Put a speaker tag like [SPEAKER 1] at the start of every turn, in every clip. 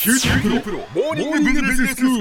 [SPEAKER 1] 九州大学モーニングビジネススクール。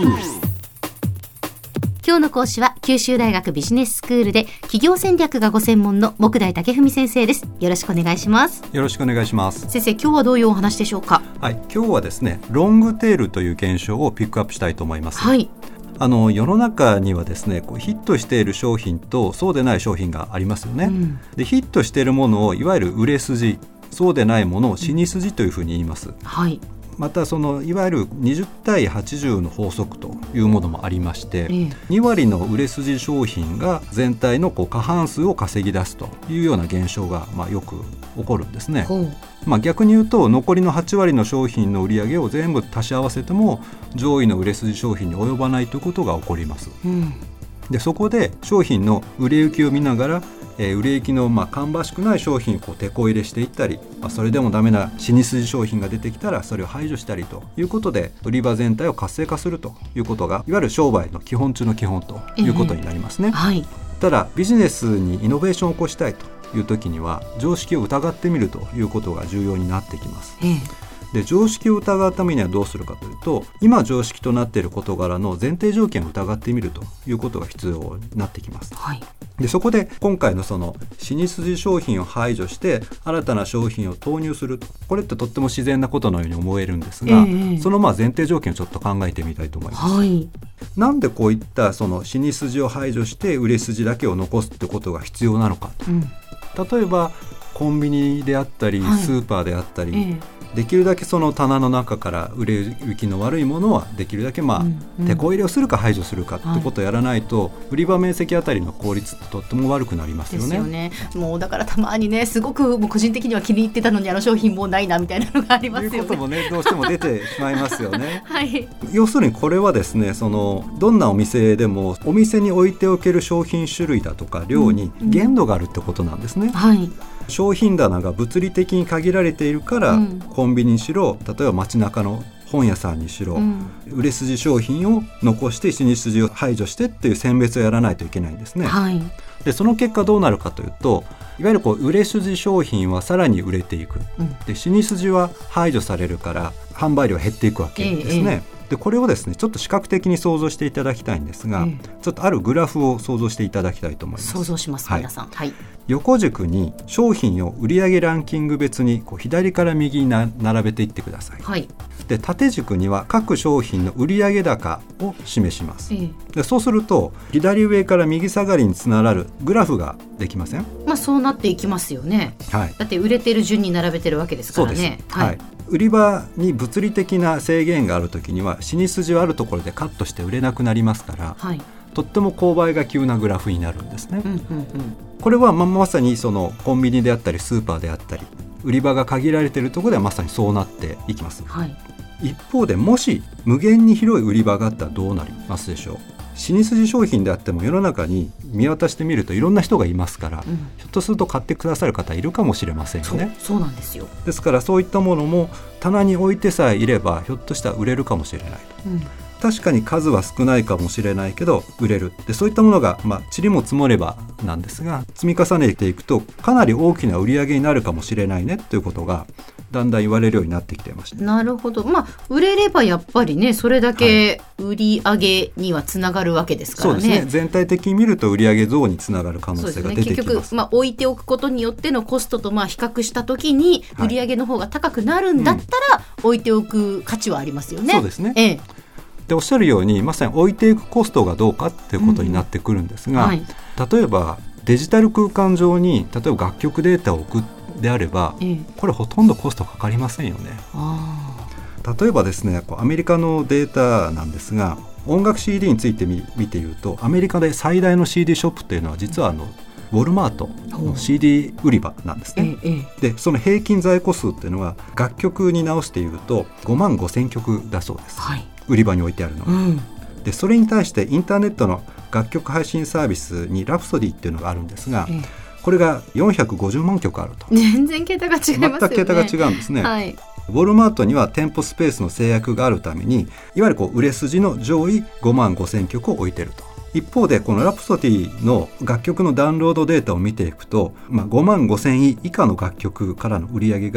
[SPEAKER 2] 今日の講師は九州大学ビジネススクールで企業戦略がご専門の杢代武文先生です。よろしくお願いします。
[SPEAKER 3] よろしくお願いします。
[SPEAKER 2] 先生、今日はどういうお話でしょうか？
[SPEAKER 3] はい、今日はですね、ロングテールという現象をピックアップしたいと思います。
[SPEAKER 2] はい。
[SPEAKER 3] 世の中にはですね、ヒットしている商品とそうでない商品がありますよね。で、ヒットしているものをいわゆる売れ筋、そうでないものを死に筋というふうに言います。
[SPEAKER 2] はい。
[SPEAKER 3] またいわゆる20対80の法則というものもありまして、2割の売れ筋商品が全体の過半数を稼ぎ出すというような現象がよく起こるんですね。逆に言うと残りの8割の商品の売り上げを全部足し合わせても上位の売れ筋商品に及ばないということが起こります。で、そこで商品の売れ行きを見ながら売れ行きの芳しくない商品を手こ入れしていったり、それでもダメな死に筋商品が出てきたらそれを排除したりということで売り場全体を活性化するということがいわゆる商売の基本中の基本ということになりますね。はい。ただビジネスにイノベーションを起こしたいという時には常識を疑ってみるということが重要になってきます。で、常識を疑うためにはどうするかというと、今常識となっている事柄の前提条件を疑ってみるということが必要になってきます。はい。で、そこで今回の死に筋商品を排除して新たな商品を投入すると、これってとっても自然なことのように思えるんですが、その前提条件をちょっと考えてみたいと思います。はい。なんでこういった死に筋を排除して売れ筋だけを残すってことが必要なのかと、例えばコンビニであったり、スーパーであったり、できるだけ棚の中から売れ行きの悪いものはできるだけ手こ入れをするか排除するかってことをやらないと、売り場面積あたりの効率ってとっても悪くなりますよね。ですよね。もうだからたまにね、すごくもう個人的には気に入ってたのに商品もうないなみたいなのがありますよね。いうこともね、どうしても出てしまいますよね。はい。要するにこれはですね、どんなお店でもお店に置いておける商品種類だとか量に限度があるってことなんですね。はい。商品棚が物理的に限られているから、コンビニにしろ、例えば街中の本屋さんにしろ、売れ筋商品を残して死に筋を排除してっていう選別をやらないといけないんですね。はい。で、その結果どうなるかというと、いわゆる売れ筋商品はさらに売れていく、で死に筋は排除されるから販売量は減っていくわけですね。で、これをですね、ちょっと視覚的に想像していただきたいんですが、ちょっとあるグラフを想像していただきたいと思います。想像します、皆さん。はい。横軸に商品を売上ランキング別に左から右に並べていってください。はい。で、縦軸には各商品の売上高を示します。で、そうすると左上から右下がりにつながるグラフができません？そうなっていきますよね。はい。だって売れてる順に並べてるわけですからね。そうです。はい。売り場に物理的な制限があるときには死に筋はあるところでカットして売れなくなりますから、はい、とっても勾配が急なグラフになるんですね。これはまさにコンビニであったりスーパーであったり売り場が限られているところではまさにそうなっていきます。はい、一方でもし無限に広い売り場があったらどうなりますでしょう。死に筋商品であっても世の中に見渡してみるといろんな人がいますから、ひょっとすると買ってくださる方いるかもしれませんよね。そうなんですよ。ですからそういったものも棚に置いてさえいればひょっとしたら売れるかもしれないと、確かに数は少ないかもしれないけど売れる。で、そういったものが塵も積もればなんですが積み重ねていくとかなり大きな売り上げになるかもしれないねということがだんだん言われるようになってきていました。なるほど。売れればやっぱりね、それだけ売り上げにはつながるわけですからね。そうですね。全体的に見ると売り上げ増につながる可能性が出てきます。結局、置いておくことによってのコストと比較したときに売り上げの方が高くなるんだったら、置いておく価値はありますよね。そうですね。で、おっしゃるようにまさに置いていくコストがどうかっていうことになってくるんですが、例えばデジタル空間上に例えば楽曲データを置くであれば、これほとんどコストかかりませんよね。例えばですね、アメリカのデータなんですが、音楽 CD について見て言うとアメリカで最大の CD ショップというのは実はウォルマートの CD 売り場なんですね。で、その平均在庫数っていうのは楽曲に直して言うと5万5,000曲だそうです。はい、売り場に置いてあるのは。で、それに対してインターネットの楽曲配信サービスにラプソディっていうのがあるんですが、これが450万曲あると。全然桁が違いますよね。全く桁が違うんですね。はい、ウォルマートには店舗スペースの制約があるためにいわゆる売れ筋の上位5万5,000曲を置いていると。一方でこのラプソディの楽曲のダウンロードデータを見ていくと、5万5,000以下の楽曲からの売り上げが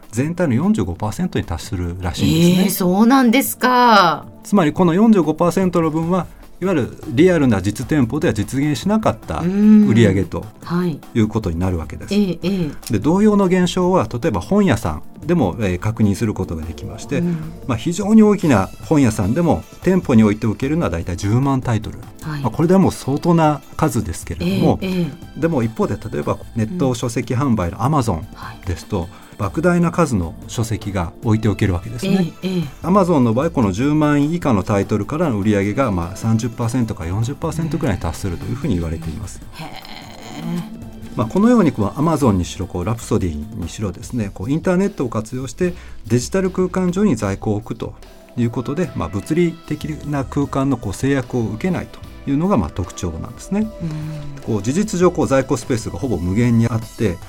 [SPEAKER 3] 全体の 45% に達するらしいんですね。
[SPEAKER 2] そうなんですか。
[SPEAKER 3] つまりこの 45% の分はいわゆるリアルな実店舗では実現しなかった売上ということになるわけです。で同様の現象は例えば本屋さんでも、確認することができまして、非常に大きな本屋さんでも店舗に置いておけるのはだいたい10万タイトル、これではもう相当な数ですけれども、でも一方で例えばネット書籍販売の Amazon ですと、莫大な数の書籍が置いておけるわけですね。Amazon の場合この10万円以下のタイトルからの売り上げが30% から 40% くらいに達するというふうに言われています。このようにAmazon にしろラプソディにしろですね、インターネットを活用してデジタル空間上に在庫を置くということで、物理的な空間の制約を受けないというのが特徴なんですね。事実上在庫スペースがほぼ無限にあって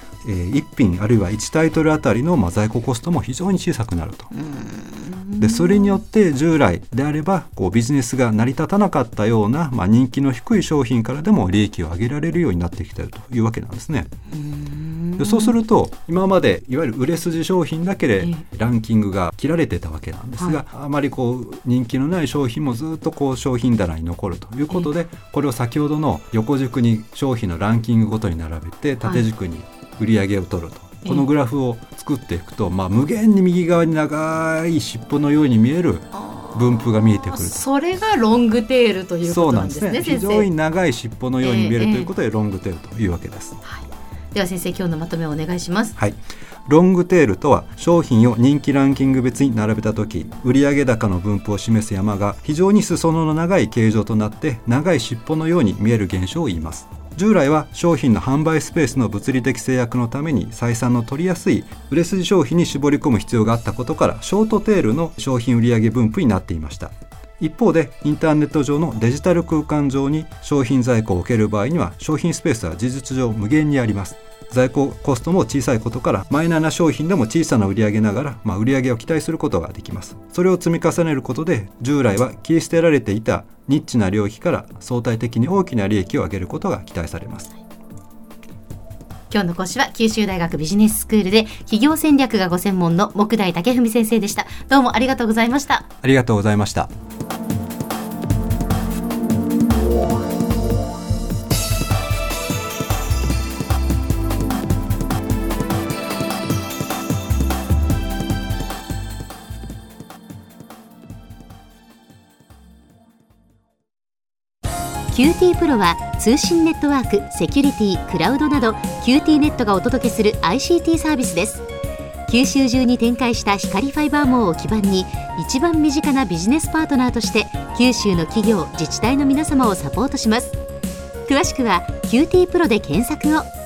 [SPEAKER 3] 、1品あるいは1タイトルあたりの在庫コストも非常に小さくなると。でそれによって従来であればビジネスが成り立たなかったような、人気の低い商品からでも利益を上げられるようになってきているというわけなんですね。でそうすると今までいわゆる売れ筋商品だけでランキングが切られてたわけなんですが、あまり人気のない商品もずっと商品棚に残るということで、これを先ほどの横軸に商品のランキングごとに並べて縦軸に売り上げを取ると、このグラフを作っていくと、無限に右側に長い尻尾のように見える分布が見えてくると。
[SPEAKER 2] それがロングテールということなんですね。
[SPEAKER 3] そうなんですね。非常に長い尻尾のように見えるということで、ロングテールというわけです。
[SPEAKER 2] では先生、今日のまとめをお願いします。
[SPEAKER 3] ロングテールとは商品を人気ランキング別に並べたとき、売上高の分布を示す山が非常に裾野の長い形状となって長い尻尾のように見える現象を言います。従来は商品の販売スペースの物理的制約のために採算の取りやすい売れ筋商品に絞り込む必要があったことから、ショートテールの商品売上分布になっていました。一方でインターネット上のデジタル空間上に商品在庫を置ける場合には、商品スペースは事実上無限にあります。在庫コストも小さいことから、マイナーな商品でも小さな売上ながら、売上を期待することができます。それを積み重ねることで、従来は切り捨てられていたニッチな領域から相対的に大きな利益を上げることが期待されます。
[SPEAKER 2] 今日の講師は九州大学ビジネススクールで企業戦略がご専門の杢代武文先生でした。どうもありがとうございました。
[SPEAKER 3] ありがとうございました。
[SPEAKER 2] QT プロは通信ネットワーク、セキュリティ、クラウドなど QT ネットがお届けする ICT サービスです。九州中に展開した光ファイバー網を基盤に、一番身近なビジネスパートナーとして九州の企業・自治体の皆様をサポートします。詳しくは QT プロで検索を。